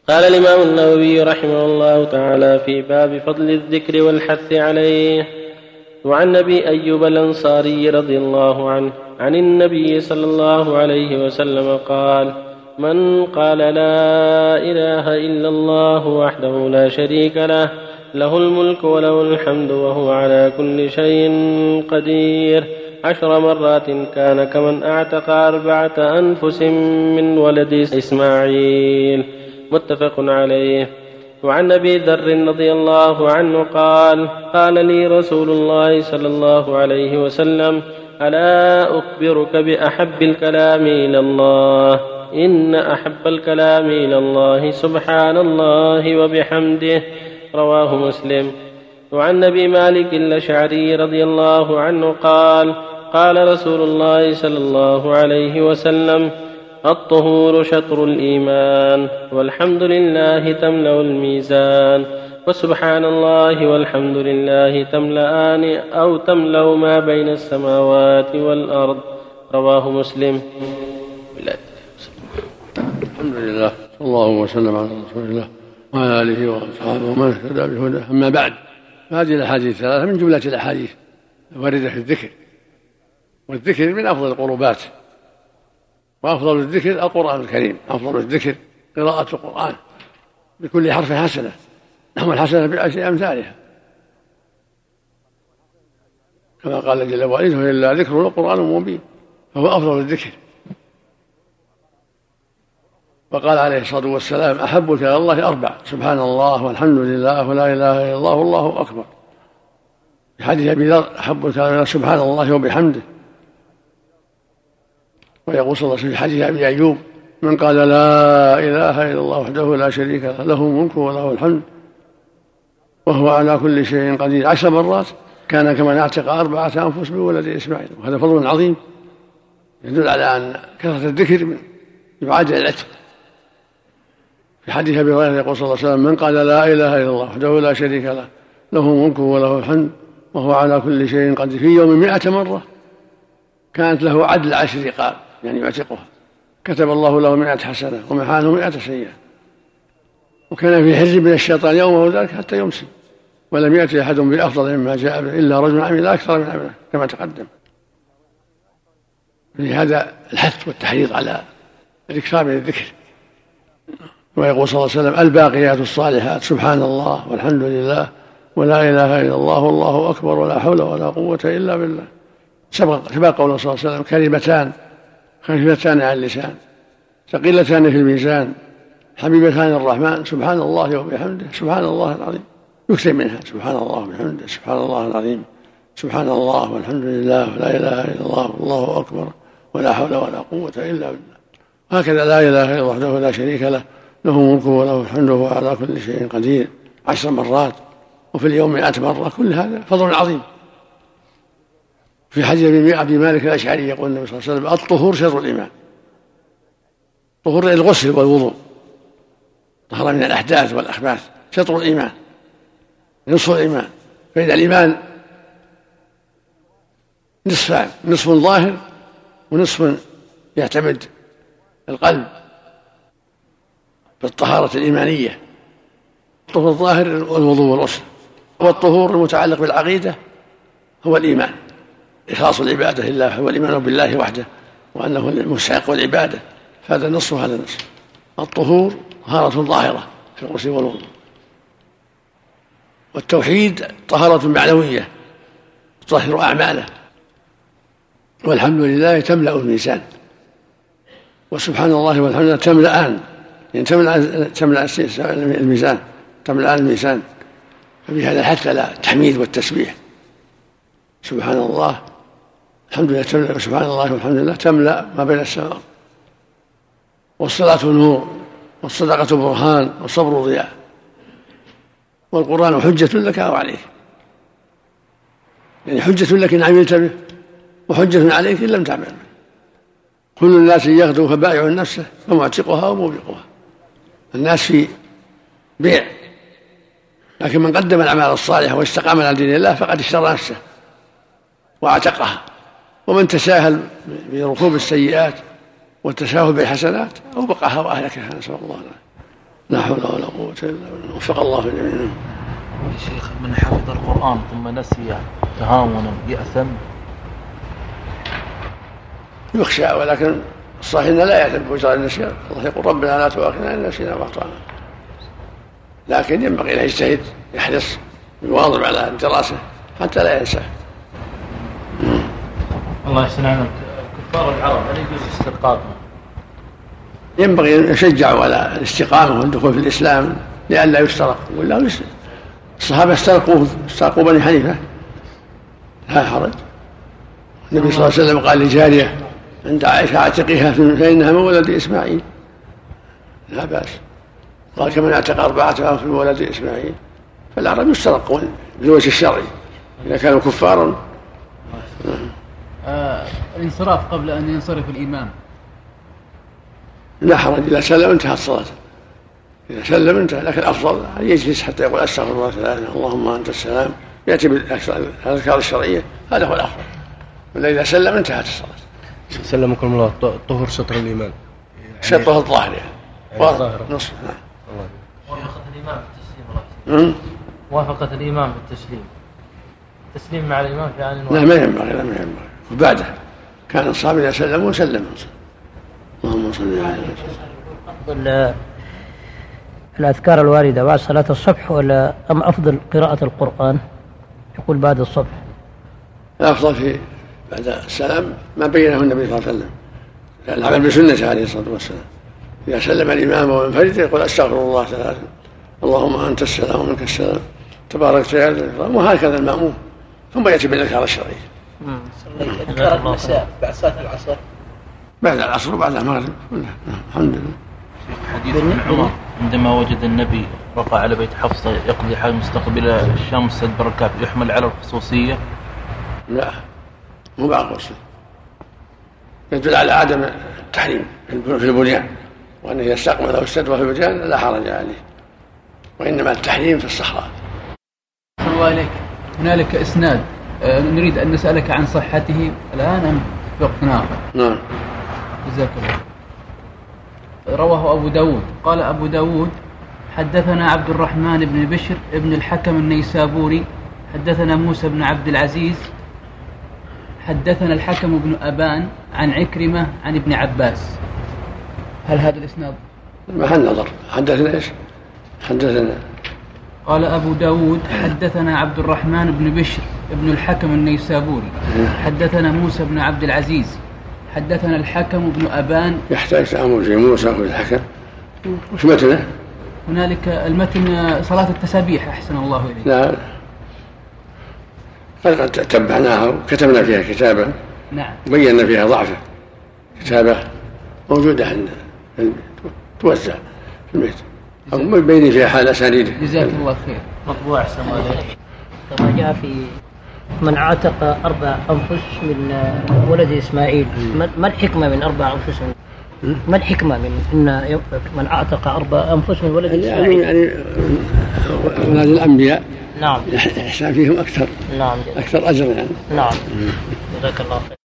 قال الإمام النووي رحمه الله تعالى في باب فضل الذكر والحث عليه. وعن أبي أيوب الأنصاري رضي الله عنه عن النبي صلى الله عليه وسلم قال: من قال لا إله إلا الله وحده لا شريك له له الملك وله الحمد وهو على كل شيء قدير 10 مرات كان كمن أعتق 4 أنفس من ولد إسماعيل. متفق عليه. وعن أبي ذر رضي الله عنه قال: قال لي رسول الله صلى الله عليه وسلم: ألا أخبرك بأحب الكلام إلى الله؟ إن أحب الكلام إلى الله سبحان الله وبحمده. رواه مسلم. وعن أبي مالك الأشعري رضي الله عنه قال: قال رسول الله صلى الله عليه وسلم: الطهور شطر الإيمان، والحمد لله تملأ الميزان، وسبحان الله والحمد لله تملأان أو تملأ ما بين السماوات والأرض. رواه مسلم. الحمد لله، صلى الله وسلم على رسول الله وعلى آله وأصحابه ومن اهتدى بهداه. أما بعد، فهذه الأحاديث 3 من جملة الأحاديث الواردة في الذكر، والذكر من أفضل القربات، وأفضل الذكر القرآن الكريم، أفضل الذكر قراءة القرآن بكل حرف حسنة، والحسنة بعشر أمثالها، كما قال جل وعلا: إنه إلا ذكر وقرآن مبين، فهو أفضل الذكر. وقال عليه الصلاة والسلام: أحبك إلى الله 4: سبحان الله والحمد لله ولا إله إلا الله والله أكبر. في حديث أبي ذر: أحبك إلى الله سبحان الله وبحمده. ويقول صلى الله عليه وسلم في حديث أبي أيوب: من قال لا إله إلا الله وحده لا شريك له له الملك وله الحمد وهو على كل شيء قدير 10 مرات كان كمن اعتق 4 أنفس من ولد إسماعيل. وهذا فضل عظيم يدل على أن كثرة الذكر يعادل العتق. في حديث أبي هريرة يقول صلى الله عليه وسلم: من قال لا إله إلا الله وحده لا شريك له له الملك وله الحمد وهو على كل شيء قدير في يوم 100 مرة كانت له عدل 10 رقاب، يعني يعتقها، كتب الله له 100 حسنة ومحى عنه 100 سيئة. وكان في حرز من الشيطان يومه ذلك حتى يمسي، ولم يأتي أحد بأفضل مما جاء به إلا رجل عمل أكثر من عمله كما تقدم. لهذا الحث والتحريض على الإكثار من الذكر. ويقول صلى الله عليه وسلم: الباقيات الصالحات سبحان الله والحمد لله ولا إله إلا الله والله أكبر ولا حول ولا قوة إلا بالله. كما قول صلى الله عليه وسلم: كلمتان خفيفتان على اللسان ثقيلتان في الميزان حبيبتان الرحمن سبحان الله وبحمده سبحان الله العظيم. يكثر منها: سبحان الله وبحمده سبحان الله العظيم، سبحان الله والحمد لله ولا إله إلا الله والله أكبر ولا حول ولا قوة إلا بالله. هكذا لا إله إلا الله وحده لا شريك له له الملك وله الحمد وهو على كل شيء قدير 10 مرات، وفي اليوم 100 مرة. كل هذا فضل عظيم. في حديث أبي مالك الأشعري يقول النبي صلى الله عليه وسلم: الطهور شطر الإيمان. طهور الغسل والوضوء، طهر من الأحداث والأخباث، شطر الإيمان، نصف الإيمان. فإذا الإيمان نصفان: نصف ظاهر ونصف يعتمد القلب بالطهارة الإيمانية. الطهور الظاهر والوضوء والغسل، والطهور المتعلق بالعقيدة هو الإيمان، إخلاص العبادة لله، هو الإيمان بالله وحده وأنه المستحق والعبادة، فهذا نصف وهذا نصف. الطهور طهارة ظاهرة في الغسل والوضوء، والتوحيد طهارة معنوية تطهر أعماله. والحمد لله تملأ الميزان، وسبحان الله والحمد لله تملأان، يعني تملأ الميزان، تملأان الميزان. ففي هذا الحث على التحميد والتسبيح. سبحان الله الحمد لله تملأ، سبحان الله والحمد لله تملأ ما بين السماء. والصلاة نور، والصدقة برهان، والصبر ضياء، والقرآن حجة لك أو عليك، يعني حجة لك إن عملت به، وحجة عليك إن لم تعمل به. كل الناس يغدو فبائع نفسه فمعتقها وموبقها. الناس في بيع، لكن من قدم الأعمال الصالحة واستقام على دين الله فقد اشترى نفسه واعتقها. ومن تساهل بركوب السيئات والتساهل بالحسنات أوبقها وأهلكها، نسأل الله العافية. لا حول ولا قوة إلا بالله. وفق الله جميعا. يا شيخ من حفظ القرآن ثم نسي تهاونا يأثم؟ يخشى، ولكن الصحيح أنه لا يعتم بوجر النسيان. الله يقول ربنا لا تؤاخذنا إن نسينا وأخطأنا، لكن ينبغي أن يجتهد يحرص يواظب على الدراسة حتى لا ينسى. الله يحسن عنك. كفار العرب هل يجوز استرقاقهم؟ ينبغي أن يشجعوا على الاستقامة والدخول في الإسلام لئلا يسترق، ولا الصحابة استرقوا بني حنيفة لا حرج. النبي صلى الله عليه وسلم قال لجارية عند عائشة اعتقها فإنها من ولد إسماعيل، لا بأس. قال كمن اعتق 4 في ولد إسماعيل. فالعرب يسترقون بالوجه الشرعي إذا كانوا كفارا. الانصراف قبل أن ينصرف الإمام لا حرج، إذا سلم انتهت الصلاة. إذا سلم انتهى، لكن الأفضل أن يجلس حتى يقول أستغفر الله 3 اللهم أنت السلام، يأتي بالأذكار الشرعية، هذا هو الأفضل. ولا إذا سلم انتهت الصلاة. سلمكم الله. طهر ستر الإمام، شطه الظاهر يعني نصف. وافقت الإمام بالتسليم. وافقت الإمام بالتسليم. تسليم مع الإمام في آن واحد. لا ما ينبغي. وبعده كان الصحابة إذا سلموا سلم. اللهم صل على أفضل الأذكار الواردة بعد صلاة الصبح ولا أم أفضل قراءة القرآن؟ يقول بعد الصبح. الأفضل في بعد السلام ما بينه النبي صلى الله عليه وسلم، العمل بسنته عليه الصلاة والسلام. إذا سلم الإمام وانفرد يقول أستغفر الله 3 اللهم أنت السلام ومنك السلام تبارك يا ذا الجلال، وهكذا المأموم، ثم يأتي بالأذكار الشرعية. أذكار المساء بعد صلاة العصر، بعد العصر وبعد المغرب. الحمد لله. حديث ابن عمر عندما وجد النبي وقع على بيت حفصة يقضي حال مستقبل الشام مستدبر الكعبة، يحمل على الخصوصية؟ لا، مو بعض الخصوصية، يدل على عدم التحريم في البنيان، وأنه يستقبل أو يستدبر في البنيان لا حرج عليه، وإنما التحريم في الصحراء. الله إليك. هنالك إسناد نريد أن نسألك عن صحته الآن في وقت آخر. نعم. جزاك الله. رواه أبو داود. قال أبو داود حدثنا عبد الرحمن بن بشر ابن الحكم النيسابوري حدثنا موسى بن عبد العزيز حدثنا الحكم بن أبان عن عكرمة عن ابن عباس. هل هذا الإسناد؟ محل نظر. حدثنا إيش؟ حدثنا. قال أبو داود حدثنا عبد الرحمن بن بشر ابن الحكم النيسابوري حدثنا موسى بن عبد العزيز حدثنا الحكم بن أبان. يحتاج تأمل في موسى والحكم. وش متنه؟ هنالك المتن صلاة التسابيح. أحسن الله إليك. لا، قد تبعناها وكتبنا فيها كتابا. نعم. بينا فيها ضعفه. كتابة موجودة عندنا توزع في البيت، أو بيني فيها حال أسانيده. جزاك الله خير. مطبوع أحسن الله إليك. كما جاء في من عاتق 4 أنفس من ولد إسماعيل. ما الحكمة من 4 أنفس؟ ما الحكمة من من عاتق 4 أنفس من ولد إسماعيل؟ يعني أولاد الأنبياء. نعم. إحسان فيهم أكثر. نعم. أكثر أجر يعني. نعم. جزاك الله خير.